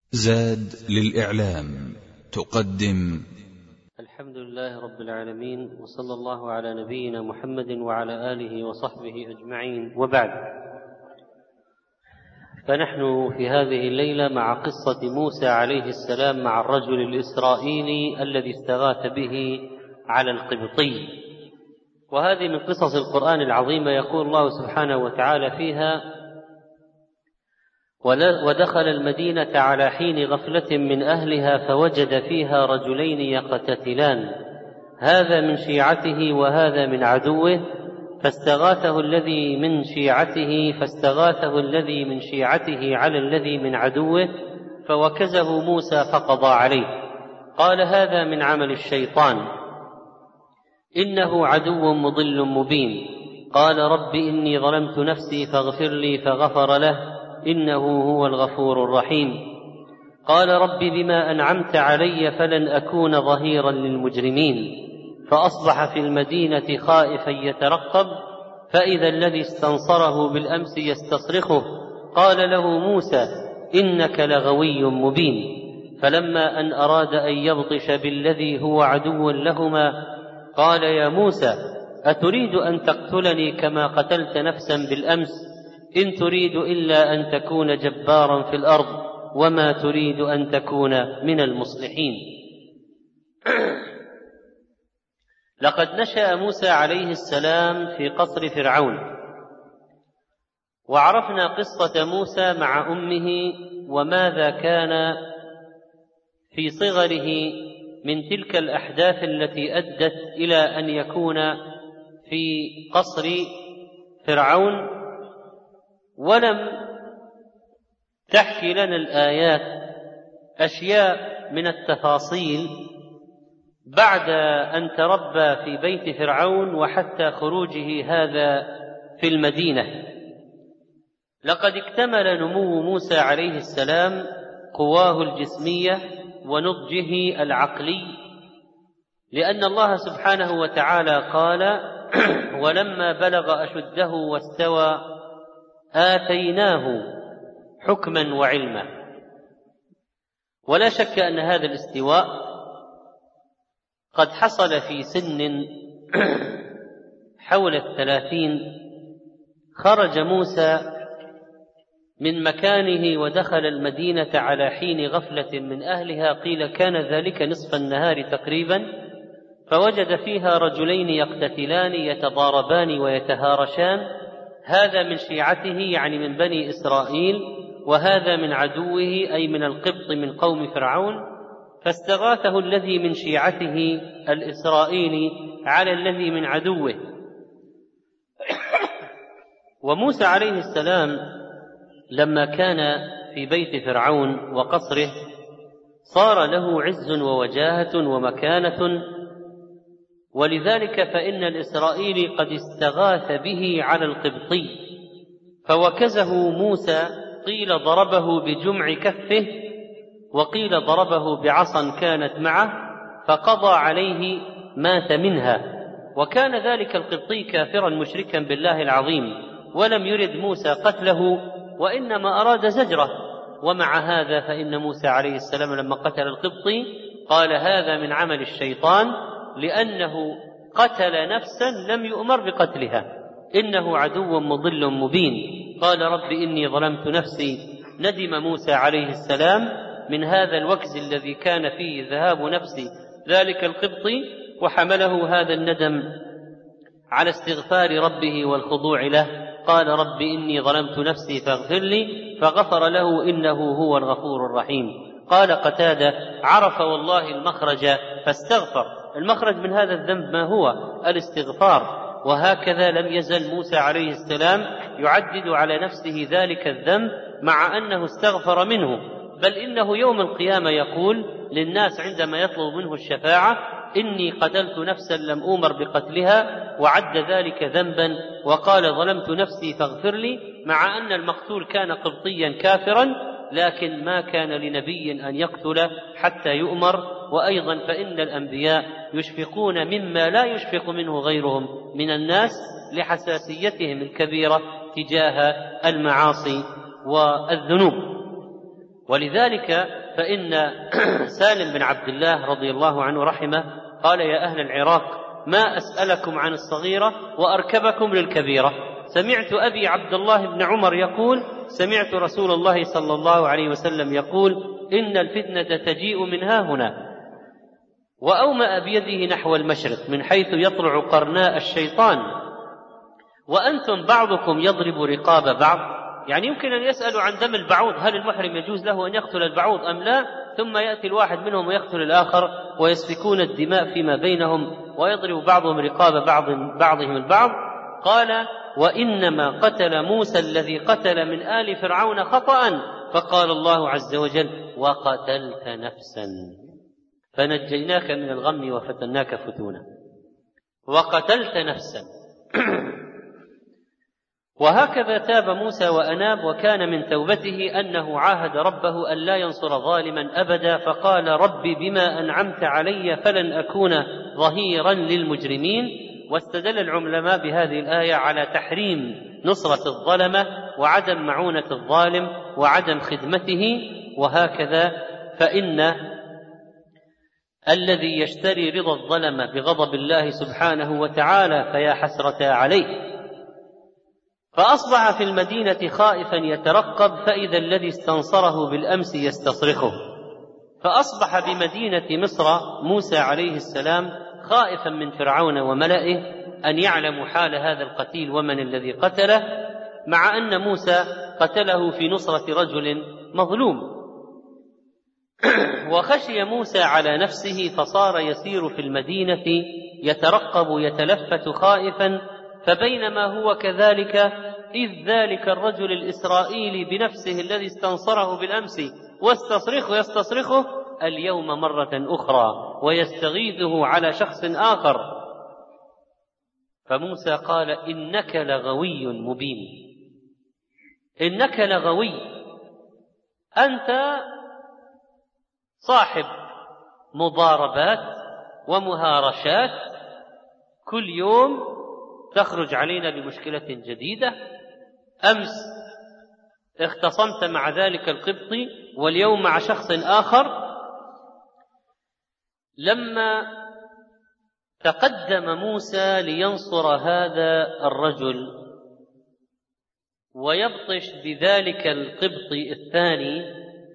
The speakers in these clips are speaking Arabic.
زاد للإعلام تقدم. الحمد لله رب العالمين، وصلى الله على نبينا محمد وعلى آله وصحبه أجمعين، وبعد. فنحن في هذه الليلة مع قصة موسى عليه السلام مع الرجل الإسرائيلي الذي استغاث به على القبطي، وهذه من قصص القرآن العظيمة. يقول الله سبحانه وتعالى فيها: ودخل المدينة على حين غفلة من أهلها فوجد فيها رجلين يقتتلان، هذا من شيعته وهذا من عدوه، فاستغاثه الذي من شيعته على الذي من عدوه، فوكزه موسى فقضى عليه. قال: هذا من عمل الشيطان، إنه عدو مضل مبين. قال: رب إني ظلمت نفسي فاغفر لي، فغفر له، إنه هو الغفور الرحيم. قال: رب بما أنعمت علي فلن أكون ظهيرا للمجرمين. فأصبح في المدينة خائفا يترقب، فإذا الذي استنصره بالأمس يستصرخه. قال له موسى: إنك لغوي مبين. فلما أن أراد أن يبطش بالذي هو عدو لهما قال: يا موسى أتريد أن تقتلني كما قتلت نفسا بالأمس؟ إن تريد إلا أن تكون جبارا في الأرض وما تريد أن تكون من المصلحين. لقد نشأ موسى عليه السلام في قصر فرعون، وعرفنا قصة موسى مع أمه وماذا كان في صغره من تلك الأحداث التي أدت إلى أن يكون في قصر فرعون. ولم تحكي لنا الآيات أشياء من التفاصيل بعد أن تربى في بيت فرعون وحتى خروجه هذا في المدينة. لقد اكتمل نمو موسى عليه السلام قواه الجسمية ونضجه العقلي، لأن الله سبحانه وتعالى قال: ولما بلغ أشده واستوى آتيناه حكما وعلما. ولا شك أن هذا الاستواء قد حصل في سن حول 30. خرج موسى من مكانه ودخل المدينة على حين غفلة من أهلها، قيل كان ذلك نصف النهار تقريبا، فوجد فيها رجلين يقتتلان يتضاربان ويتهارشان، هذا من شيعته يعني من بني إسرائيل، وهذا من عدوه أي من القبط من قوم فرعون. فاستغاثه الذي من شيعته الإسرائيلي على الذي من عدوه. وموسى عليه السلام لما كان في بيت فرعون وقصره صار له عز ووجاهة ومكانة، ولذلك فإن الإسرائيلي قد استغاث به على القبطي فوكزه موسى، قيل ضربه بجمع كفه وقيل ضربه بعصا كانت معه فقضى عليه، مات منها. وكان ذلك القبطي كافرا مشركا بالله العظيم، ولم يرد موسى قتله وإنما أراد زجره. ومع هذا فإن موسى عليه السلام لما قتل القبطي قال: هذا من عمل الشيطان، لأنه قتل نفسا لم يؤمر بقتلها، إنه عدو مضل مبين. قال: رب إني ظلمت نفسي. ندم موسى عليه السلام من هذا الوكز الذي كان فيه ذهاب نفس ذلك القبطي، وحمله هذا الندم على استغفار ربه والخضوع له. قال: رب إني ظلمت نفسي فاغفر لي، فغفر له، إنه هو الغفور الرحيم. قال قتادة: عرف والله المخرج فاستغفر. المخرج من هذا الذنب ما هو؟ الاستغفار. وهكذا لم يزل موسى عليه السلام يعدد على نفسه ذلك الذنب مع أنه استغفر منه، بل إنه يوم القيامة يقول للناس عندما يطلب منه الشفاعة: إني قتلت نفسا لم أؤمر بقتلها، وعد ذلك ذنبا وقال: ظلمت نفسي فاغفر لي، مع أن المقتول كان قبطيا كافرا، لكن ما كان لنبي أن يقتل حتى يؤمر. وأيضا فإن الأنبياء يشفقون مما لا يشفق منه غيرهم من الناس لحساسيتهم الكبيرة تجاه المعاصي والذنوب. ولذلك فإن سالم بن عبد الله رضي الله عنه رحمه قال: يا أهل العراق، ما أسألكم عن الصغيرة وأركبكم للكبيرة. سمعت أبي عبد الله بن عمر يقول: سمعت رسول الله صلى الله عليه وسلم يقول: إن الفتنة تجيء من ها هنا. وأومأ بيده نحو المشرق من حيث يطلع قرناء الشيطان، وأنتم بعضكم يضرب رقاب بعض. يعني يمكن أن يسألوا عن دم البعوض، هل المحرم يجوز له أن يقتل البعوض أم لا؟ ثم يأتي الواحد منهم ويقتل الآخر ويسفكون الدماء فيما بينهم ويضرب بعضهم رقاب بعضهم البعض. قال: وإنما قتل موسى الذي قتل من آل فرعون خطأ. فقال الله عز وجل: وقتلت نفسا فنجيناك من الغم وفتناك فتونا. وقتلت نفسا. وهكذا تاب موسى وأناب، وكان من توبته أنه عاهد ربه أن لا ينصر ظالما أبدا، فقال: رب بما أنعمت علي فلن أكون ظهيرا للمجرمين. واستدل العلماء بهذه الآية على تحريم نصرة الظلمة وعدم معونة الظالم وعدم خدمته. وهكذا فإن الذي يشتري رضا الظلمة بغضب الله سبحانه وتعالى فيا حسرة عليه. فأصبح في المدينة خائفا يترقب، فإذا الذي استنصره بالأمس يستصرخه. فأصبح بمدينة مصر موسى عليه السلام خائفا من فرعون وملئه أن يعلموا حال هذا القتيل ومن الذي قتله، مع أن موسى قتله في نصرة رجل مظلوم. وخشي موسى على نفسه فصار يسير في المدينة يترقب يتلفت خائفا. فبينما هو كذلك إذ ذلك الرجل الإسرائيلي بنفسه الذي استنصره بالأمس يستصرخه اليوم مرة أخرى ويستغيثه على شخص آخر. فموسى قال: إنك لغوي مبين. إنك لغوي، أنت صاحب مضاربات ومهارشات، كل يوم تخرج علينا بمشكلة جديدة. أمس اختصمت مع ذلك القبطي واليوم مع شخص آخر. لما تقدم موسى لينصر هذا الرجل ويبطش بذلك القبطي الثاني،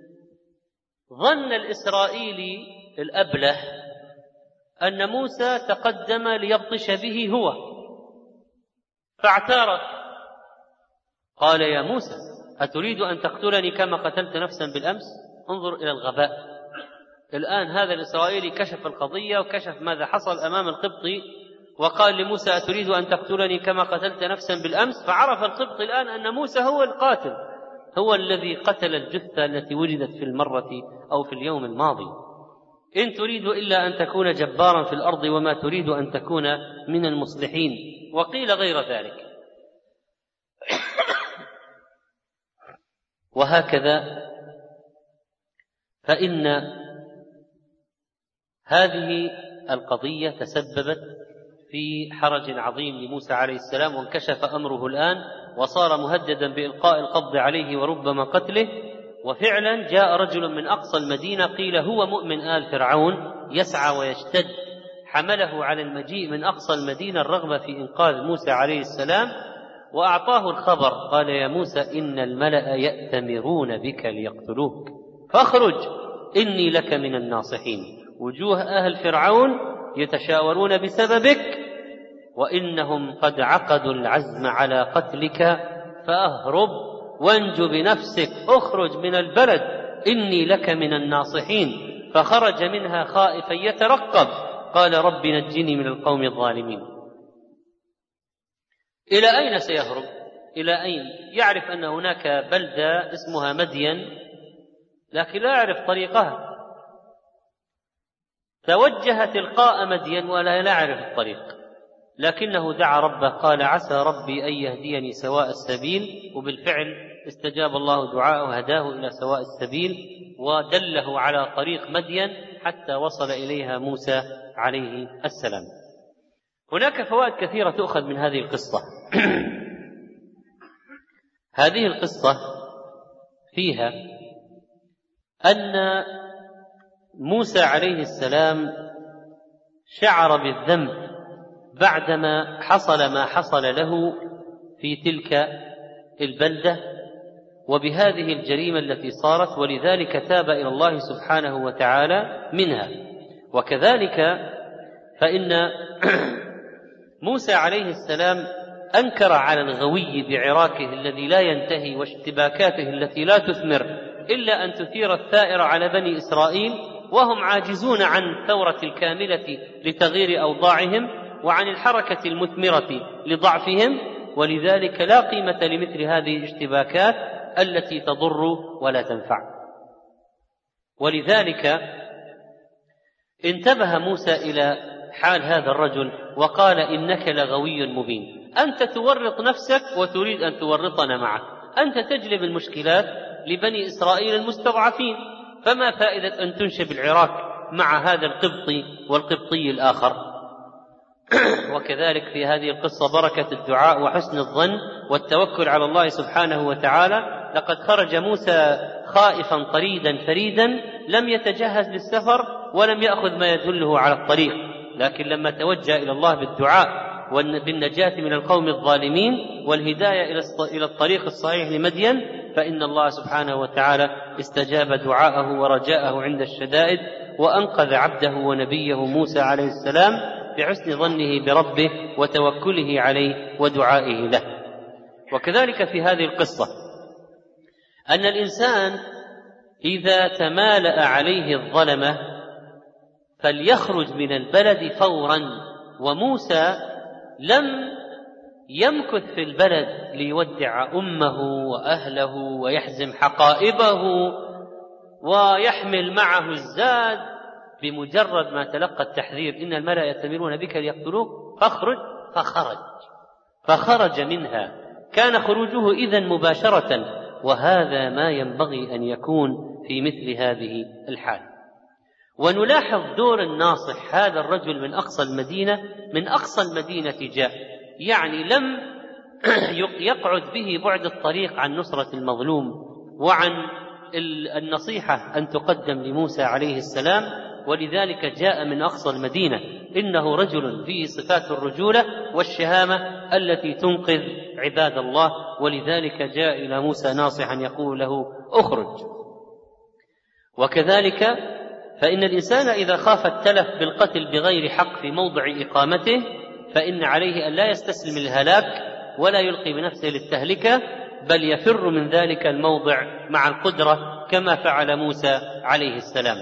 ظن الإسرائيلي الأبله أن موسى تقدم ليبطش به هو، فاعترف. قال: يا موسى، أتريد أن تقتلني كما قتلت نفسا بالأمس؟ انظر إلى الغباء. الآن هذا الإسرائيلي كشف القضية وكشف ماذا حصل أمام القبطي، وقال لموسى: أتريد أن تقتلني كما قتلت نفسا بالأمس؟ فعرف القبطي الآن أن موسى هو القاتل، هو الذي قتل الجثة التي وجدت في المرة أو في اليوم الماضي. إن تريد إلا أن تكون جبارا في الأرض وما تريد أن تكون من المصلحين. وقيل غير ذلك. وهكذا فإن هذه القضية تسببت في حرج عظيم لموسى عليه السلام، وانكشف أمره الآن وصار مهددا بإلقاء القبض عليه وربما قتله. وفعلا جاء رجل من أقصى المدينة قيل هو مؤمن آل فرعون يسعى ويشتد، حمله على المجيء من أقصى المدينة الرغبة في إنقاذ موسى عليه السلام، وأعطاه الخبر. قال: يا موسى، إن الملأ يأتمرون بك ليقتلوك فاخرج إني لك من الناصحين. وجوه أهل فرعون يتشاورون بسببك، وإنهم قد عقدوا العزم على قتلك، فأهرب وانج بنفسك، اخرج من البلد إني لك من الناصحين. فخرج منها خائفا يترقب، قال: رب نجني من القوم الظالمين. إلى أين سيهرب؟ إلى أين؟ يعرف أن هناك بلدة اسمها مدين، لكن لا يعرف طريقها. توجه تلقاء مدين ولا يعرف الطريق، لكنه دعا ربه قال: عسى ربي أن يهديني سواء السبيل. وبالفعل استجاب الله دعاءه وهداه إلى سواء السبيل ودله على طريق مدين حتى وصل إليها موسى عليه السلام. هناك فوائد كثيرة تؤخذ من هذه القصة. هذه القصة فيها أن موسى عليه السلام شعر بالذنب بعدما حصل ما حصل له في تلك البلدة وبهذه الجريمة التي صارت، ولذلك تاب إلى الله سبحانه وتعالى منها. وكذلك فإن موسى عليه السلام أنكر على الغوي بعراكه الذي لا ينتهي واشتباكاته التي لا تثمر إلا أن تثير الثائر على بني إسرائيل، وهم عاجزون عن الثورة الكاملة لتغيير أوضاعهم وعن الحركة المثمرة لضعفهم، ولذلك لا قيمة لمثل هذه الاشتباكات التي تضر ولا تنفع. ولذلك انتبه موسى إلى حال هذا الرجل وقال: إنك لغوي مبين، أنت تورط نفسك وتريد أن تورطنا معك، أنت تجلب المشكلات لبني إسرائيل المستضعفين، فما فائدة أن تنشب العراك مع هذا القبطي والقبطي الآخر. وكذلك في هذه القصة بركة الدعاء وحسن الظن والتوكل على الله سبحانه وتعالى. لقد خرج موسى خائفا طريدا فريدا، لم يتجهز للسفر ولم يأخذ ما يدله على الطريق، لكن لما توجه إلى الله بالدعاء بالنجاة من القوم الظالمين والهداية إلى الطريق الصحيح لمدين، فإن الله سبحانه وتعالى استجاب دعاءه ورجاءه عند الشدائد، وأنقذ عبده ونبيه موسى عليه السلام بحسن ظنه بربه وتوكله عليه ودعائه له. وكذلك في هذه القصة أن الإنسان إذا تمالأ عليه الظلمة فليخرج من البلد فورا، وموسى لم يمكث في البلد ليودع أمه وأهله ويحزم حقائبه ويحمل معه الزاد. بمجرد ما تلقى التحذير: إن الملأ يأتمرون بك ليقتلوك فخرج منها. كان خروجه إذن مباشرة، وهذا ما ينبغي أن يكون في مثل هذه الحال. ونلاحظ دور الناصح، هذا الرجل من أقصى المدينة جاء، يعني لم يقعد به بعد الطريق عن نصرة المظلوم وعن النصيحة أن تقدم لموسى عليه السلام، ولذلك جاء من أقصى المدينة. إنه رجل فيه صفات الرجولة والشهامة التي تنقذ عباد الله، ولذلك جاء إلى موسى ناصحا يقول له: أخرج. وكذلك فإن الإنسان إذا خاف التلف بالقتل بغير حق في موضع إقامته فإن عليه أن لا يستسلم للهلاك ولا يلقي بنفسه للتهلكة، بل يفر من ذلك الموضع مع القدرة كما فعل موسى عليه السلام.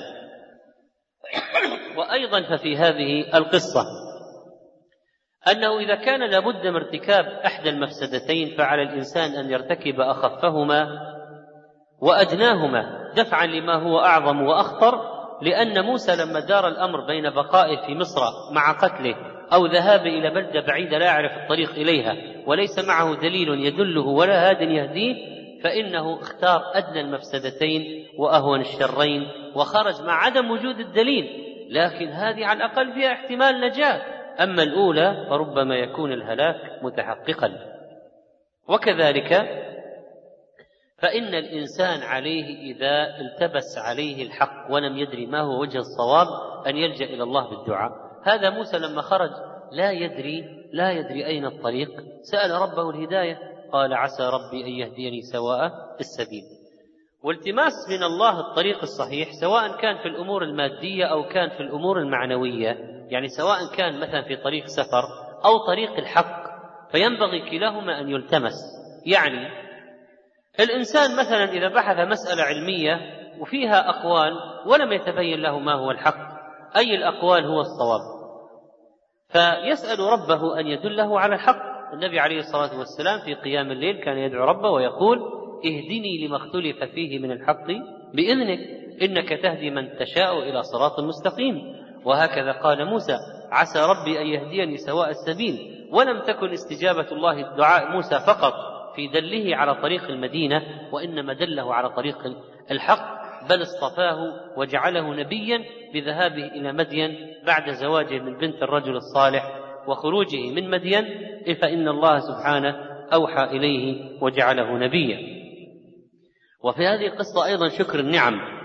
وأيضا ففي هذه القصة أنه إذا كان لابد من ارتكاب أحد المفسدتين فعلى الإنسان أن يرتكب أخفهما وأدناهما دفعا لما هو أعظم وأخطر، لأن موسى لما دار الأمر بين بقائه في مصر مع قتله أو ذهاب إلى بلدة بعيدة لا يعرف الطريق إليها وليس معه دليل يدله ولا هاد يهديه، فإنه اختار أدنى المفسدتين وأهون الشرين وخرج مع عدم وجود الدليل، لكن هذه على الأقل فيها احتمال نجاة، أما الأولى فربما يكون الهلاك متحققا. وكذلك فإن الإنسان عليه إذا التبس عليه الحق ولم يدري ما هو وجه الصواب أن يلجأ إلى الله بالدعاء. هذا موسى لما خرج لا يدري أين الطريق، سأل ربه الهداية، قال: عسى ربي أن يهديني سواء السبيل. والتماس من الله الطريق الصحيح سواء كان في الأمور المادية أو كان في الأمور المعنوية، يعني سواء كان مثلا في طريق سفر أو طريق الحق، فينبغي كلاهما أن يلتمس. يعني الإنسان مثلا إذا بحث مسألة علمية وفيها أقوال ولم يتبين له ما هو الحق، أي الأقوال هو الصواب، فيسأل ربه أن يدله على الحق. النبي عليه الصلاة والسلام في قيام الليل كان يدعو ربه ويقول: اهدني لما اختلف فيه من الحق بإذنك إنك تهدي من تشاء إلى صراط مستقيم. وهكذا قال موسى: عسى ربي أن يهديني سواء السبيل. ولم تكن استجابة الله دعاء موسى فقط في دله على طريق المدينة، وإنما دله على طريق الحق، بل اصطفاه وجعله نبيا بذهابه إلى مدين بعد زواجه من بنت الرجل الصالح وخروجه من مدين، فإن الله سبحانه أوحى إليه وجعله نبيا. وفي هذه القصة أيضا شكر النعم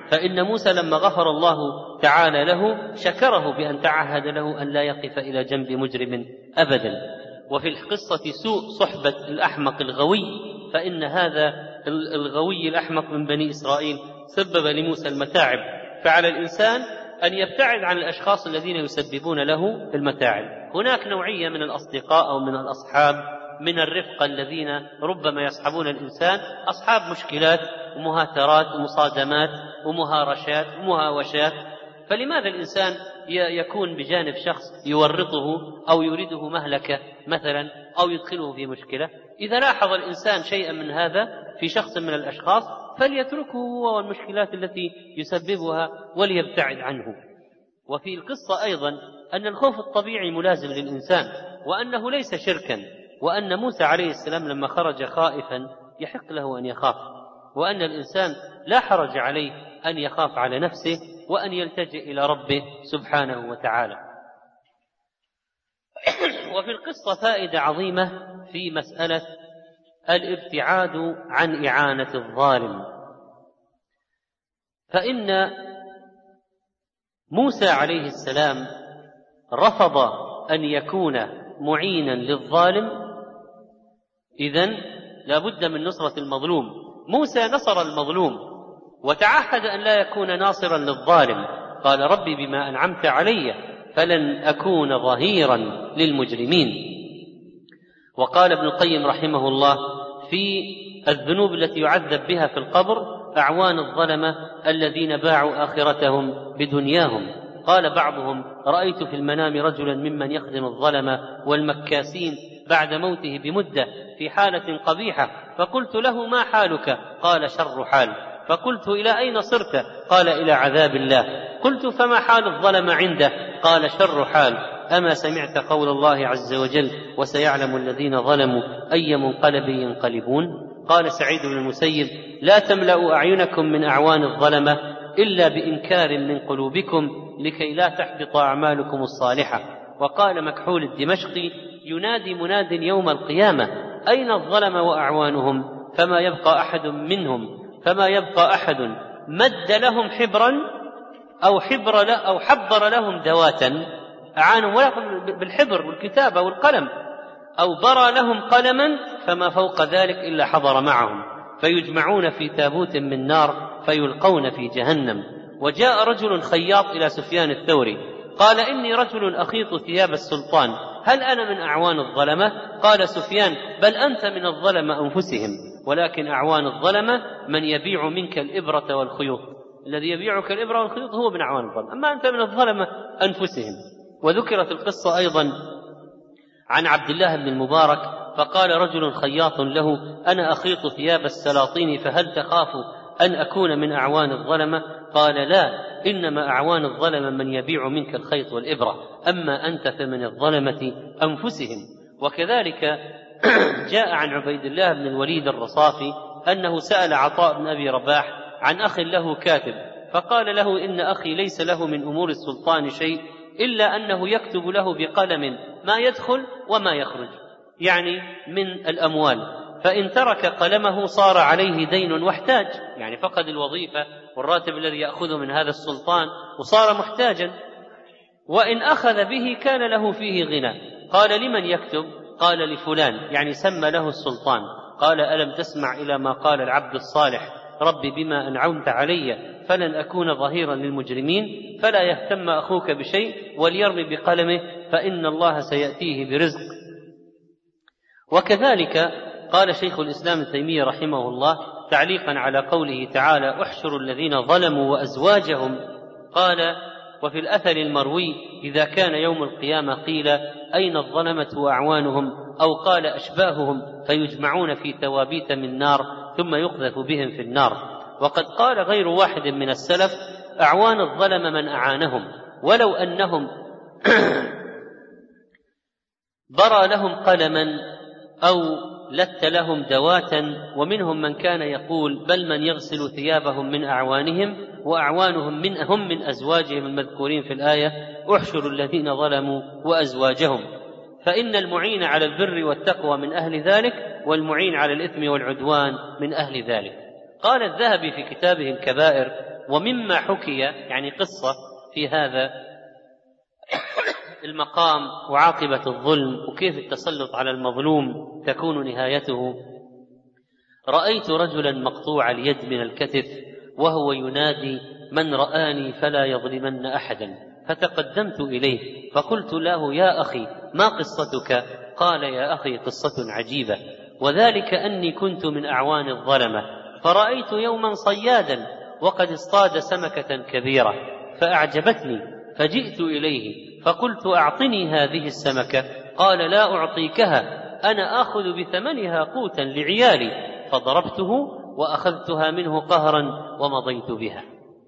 فإن موسى لما غفر الله تعالى له شكره بأن تعهد له أن لا يقف إلى جنب مجرم أبدا. وفي القصة سوء صحبة الأحمق الغوي، فإن هذا الغوي الأحمق من بني إسرائيل سبب لموسى المتاعب، فعلى الإنسان أن يبتعد عن الأشخاص الذين يسببون له المتاعب. هناك نوعية من الأصدقاء أو من الأصحاب من الرفقة الذين ربما يصحبون الإنسان أصحاب مشكلات ومهاترات ومصادمات ومهارشات ومهاوشات، فلماذا الإنسان يكون بجانب شخص يورطه أو يريده مهلكة مثلا أو يدخله في مشكلة؟ إذا لاحظ الإنسان شيئا من هذا في شخص من الأشخاص فليتركه هو والمشكلات التي يسببها وليبتعد عنه. وفي القصة أيضا أن الخوف الطبيعي ملازم للإنسان، وأنه ليس شركا، وأن موسى عليه السلام لما خرج خائفا يحق له أن يخاف، وأن الإنسان لا حرج عليه أن يخاف على نفسه وأن يلتجئ إلى ربه سبحانه وتعالى. وفي القصة فائدة عظيمة في مسألة الابتعاد عن إعانة الظالم، فإن موسى عليه السلام رفض أن يكون معينا للظالم، إذن لا بد من نصرة المظلوم. موسى نصر المظلوم وتعهد أن لا يكون ناصرا للظالم، قال ربي بما أنعمت علي فلن أكون ظهيرا للمجرمين. وقال ابن القيم رحمه الله في الذنوب التي يعذب بها في القبر أعوان الظلمة الذين باعوا آخرتهم بدنياهم. قال بعضهم رأيت في المنام رجلا ممن يخدم الظلمة والمكاسين بعد موته بمدة في حالة قبيحة، فقلت له ما حالك؟ قال شر حال. فقلت إلى أين صرت؟ قال إلى عذاب الله. قلت فما حال الظلم عنده؟ قال شر حال. أما سمعت قول الله عز وجل وسيعلم الذين ظلموا أي منقلب ينقلبون؟ قال سعيد بن المسيب لا تملأوا أعينكم من أعوان الظلمة إلا بإنكار من قلوبكم لكي لا تحبط أعمالكم الصالحة. وقال مكحول الدمشقي ينادي مناد يوم القيامة أين الظلم وأعوانهم؟ فما يبقى أحد مد لهم حبرا أو حبر لهم دواتا أعانهم بالحبر والكتابة والقلم، أو برى لهم قلما فما فوق ذلك إلا حضر معهم، فيجمعون في تابوت من نار فيلقون في جهنم. وجاء رجل خياط إلى سفيان الثوري قال إني رجل أخيط ثياب السلطان، هل أنا من أعوان الظلمة؟ قال سفيان بل أنت من الظلمة أنفسهم، ولكن أعوان الظلمة من يبيع منك الإبرة والخيوط، الذي يبيعك الإبرة والخيوط هو من أعوان الظلمة، أما أنت من الظلمة أنفسهم. وذكرت القصة أيضا عن عبد الله بن المبارك فقال رجل خياط له أنا أخيط ثياب السلاطين فهل تخاف أن أكون من أعوان الظلمة؟ قال لا، إنما أعوان الظلمة من يبيع منك الخيط والإبرة، أما أنت فمن الظلمة أنفسهم. وكذلك جاء عن عبيد الله بن الوليد الرصافي أنه سأل عطاء بن أبي رباح عن أخ له كاتب، فقال له إن أخي ليس له من أمور السلطان شيء إلا أنه يكتب له بقلم ما يدخل وما يخرج، يعني من الأموال، فإن ترك قلمه صار عليه دين واحتاج، يعني فقد الوظيفة والراتب الذي يأخذ من هذا السلطان وصار محتاجا، وإن أخذ به كان له فيه غنى. قال لمن يكتب؟ قال لفلان، يعني سمى له السلطان. قال ألم تسمع إلى ما قال العبد الصالح ربي بما أنعمت علي فلن أكون ظهيرا للمجرمين؟ فلا يهتم أخوك بشيء وليرمي بقلمه فإن الله سيأتيه برزق. وكذلك قال شيخ الإسلام ابن تيمية رحمه الله تعليقا على قوله تعالى احشروا الذين ظلموا وأزواجهم، قال وفي الأثر المروي إذا كان يوم القيامة قيل أين الظلمة وأعوانهم، أو قال أشباههم، فيجمعون في توابيت من نار ثم يقذف بهم في النار. وقد قال غير واحد من السلف أعوان الظلم من أعانهم ولو أنهم برى لهم قلما أو لت لهم دواتا. ومنهم من كان يقول بل من يغسل ثيابهم من أعوانهم وأعوانهم هم من أزواجهم المذكورين في الآية احشروا الذين ظلموا وأزواجهم، فإن المعين على البر والتقوى من أهل ذلك والمعين على الإثم والعدوان من أهل ذلك. قال الذهبي في كتابه الكبائر ومما حكي يعني قصة في هذا المقام وعاقبة الظلم وكيف التسلط على المظلوم تكون نهايته. رأيت رجلا مقطوع اليد من الكتف وهو ينادي: من رآني فلا يظلمن أحدا. فتقدمت إليه فقلت له: يا أخي ما قصتك؟ قال: يا أخي قصة عجيبة، وذلك أني كنت من أعوان الظلمة، فرأيت يوما صيادا وقد اصطاد سمكة كبيرة فأعجبتني، فجئت إليه فقلت: أعطني هذه السمكة. قال: لا أعطيكها، أنا آخذ بثمنها قوتا لعيالي. فضربته وأخذتها منه قهرا ومضيت بها.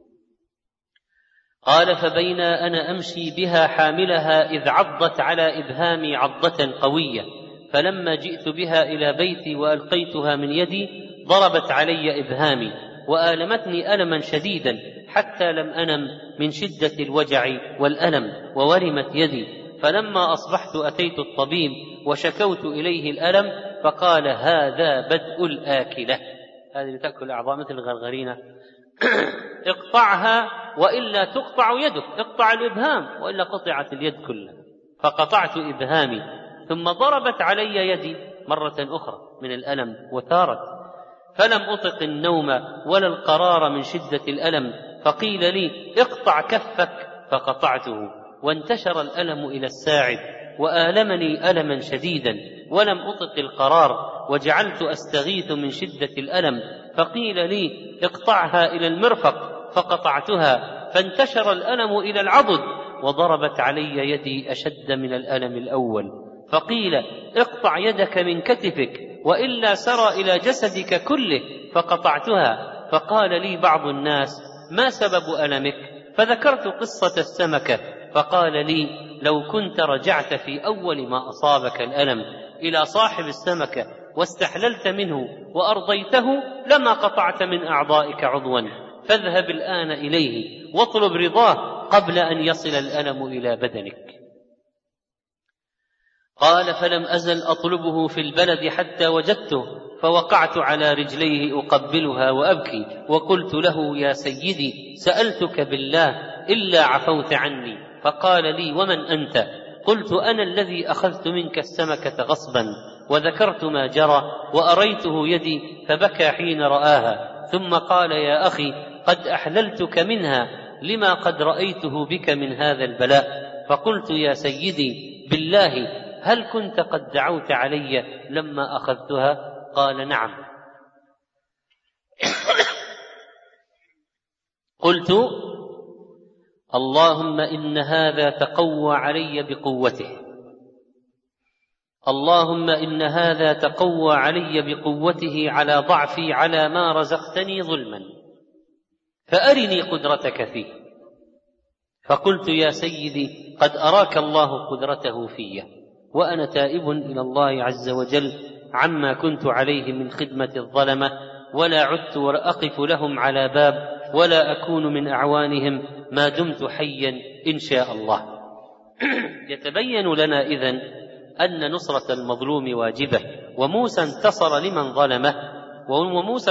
قال: فبين أنا أمشي بها حاملها إذ عضت على إبهامي عضة قوية، فلما جئت بها إلى بيتي وألقيتها من يدي ضربت علي إبهامي وآلمتني ألما شديدا حتى لم أنم من شدة الوجع والألم وورمت يدي. فلما أصبحت أتيت الطبيب وشكوت إليه الألم فقال: هذا بدء الآكلة، هذه اللي تأكل أعضاء مثل الغرغرينة، اقطعها وإلا تقطع يدك، اقطع الإبهام وإلا قطعت اليد كلها. فقطعت إبهامي ثم ضربت علي يدي مرة أخرى من الألم وثارت، فلم أطق النوم ولا القرار من شدة الألم. فقيل لي: اقطع كفك، فقطعته وانتشر الألم إلى الساعد وآلمني ألما شديدا ولم أطق القرار، وجعلت أستغيث من شدة الألم. فقيل لي: اقطعها إلى المرفق، فقطعتها فانتشر الألم إلى العضد وضربت علي يدي أشد من الألم الأول. فقيل: اقطع يدك من كتفك وإلا سرى إلى جسدك كله، فقطعتها. فقال لي بعض الناس: ما سبب ألمك؟ فذكرت قصة السمكة، فقال لي: لو كنت رجعت في أول ما أصابك الألم إلى صاحب السمكة واستحللت منه وأرضيته لما قطعت من أعضائك عضوا، فاذهب الآن إليه واطلب رضاه قبل أن يصل الألم إلى بدنك. قال: فلم أزل أطلبه في البلد حتى وجدته، فوقعت على رجليه أقبلها وأبكي، وقلت له: يا سيدي سألتك بالله إلا عفوت عني. فقال لي: ومن أنت؟ قلت: أنا الذي أخذت منك السمكة غصبا. وذكرت ما جرى وأريته يدي فبكى حين رآها، ثم قال: يا أخي قد أحللتك منها لما قد رأيته بك من هذا البلاء. فقلت: يا سيدي بالله هل كنت قد دعوت علي لما أخذتها؟ قال: نعم. قلت: اللهم إن هذا تقوى علي بقوته، اللهم إن هذا تقوى علي بقوته على ضعفي على ما رزقتني ظلما، فأرني قدرتك فيه. فقلت: يا سيدي قد أراك الله قدرته في، وأنا تائب إلى الله عز وجل عما كنت عليه من خدمة الظلمة، ولا عدت وأقف لهم على باب ولا أكون من أعوانهم ما دمت حيا إن شاء الله. يتبين لنا إذن أن نصرة المظلوم واجبة، وموسى انتصر لمن ظلمه، وموسى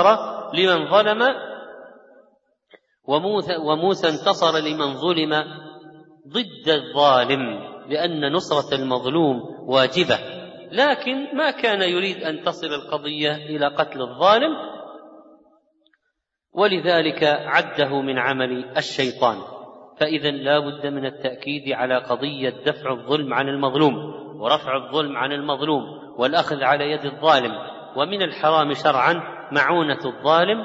انتصر لمن ظلم ضد الظالم، لأن نصرة المظلوم واجبة، لكن ما كان يريد أن تصل القضية إلى قتل الظالم، ولذلك عده من عمل الشيطان. فإذا لا بد من التأكيد على قضية دفع الظلم عن المظلوم ورفع الظلم عن المظلوم والأخذ على يد الظالم. ومن الحرام شرعا معونة الظالم،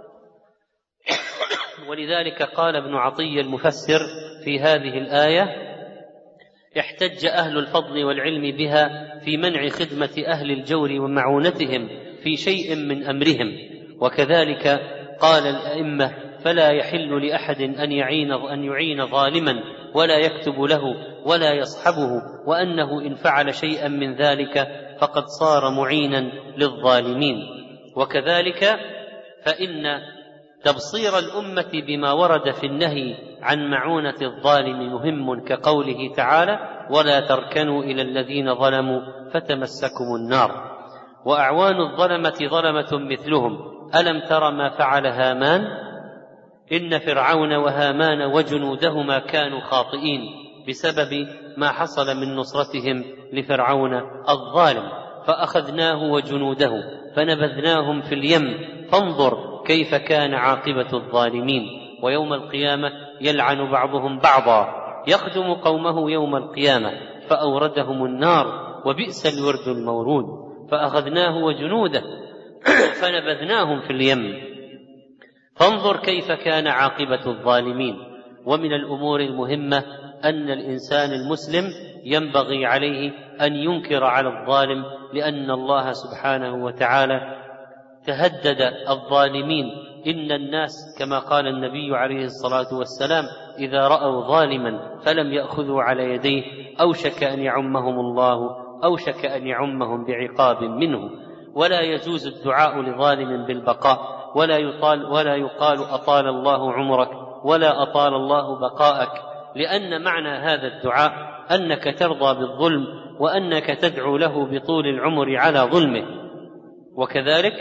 ولذلك قال ابن عطية المفسر في هذه الآية: احتج أهل الفضل والعلم بها في منع خدمة أهل الجور ومعونتهم في شيء من أمرهم. وكذلك قال الأئمة: فلا يحل لأحد أن يعين ظالما ولا يكتب له ولا يصحبه، وأنه إن فعل شيئا من ذلك فقد صار معينا للظالمين. وكذلك فإن تبصير الأمة بما ورد في النهي عن معونة الظالم مهم، كقوله تعالى: ولا تركنوا إلى الذين ظلموا فتمسكم النار. وأعوان الظلمة ظلمة مثلهم، ألم تر ما فعل هامان إن فرعون وهامان وجنودهما كانوا خاطئين بسبب ما حصل من نصرتهم لفرعون الظالم، فأخذناه وجنوده فنبذناهم في اليم فانظر كيف كان عاقبة الظالمين. ويوم القيامة يلعن بعضهم بعضا يخدم قومه يوم القيامة فأوردهم النار وبئس الورد المورود. فأخذناه وجنوده فنبذناهم في اليم فانظر كيف كان عاقبة الظالمين. ومن الأمور المهمة أن الإنسان المسلم ينبغي عليه أن ينكر على الظالم، لأن الله سبحانه وتعالى تهدد الظالمين. إن الناس كما قال النبي عليه الصلاة والسلام إذا رأوا ظالما فلم يأخذوا على يديه أوشك أن يعمهم الله، أوشك أن يعمهم بعقاب منه. ولا يجوز الدعاء لظالم بالبقاء، ولا يقال أطال الله عمرك ولا أطال الله بقاءك، لأن معنى هذا الدعاء أنك ترضى بالظلم وأنك تدعو له بطول العمر على ظلمه. وكذلك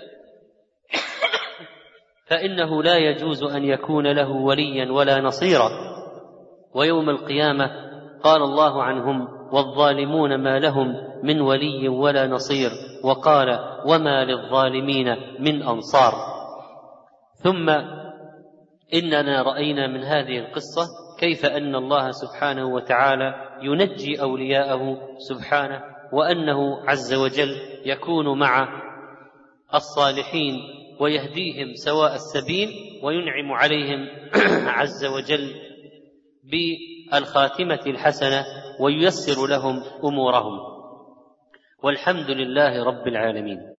فإنه لا يجوز أن يكون له وليا ولا نصيرا. ويوم القيامة قال الله عنهم والظالمون ما لهم من ولي ولا نصير، وقال وما للظالمين من أنصار. ثم إننا رأينا من هذه القصة كيف أن الله سبحانه وتعالى ينجي أولياءه سبحانه، وأنه عز وجل يكون مع الصالحين ويهديهم سواء السبيل وينعم عليهم عز وجل بالخاتمة الحسنة وييسر لهم أمورهم. والحمد لله رب العالمين.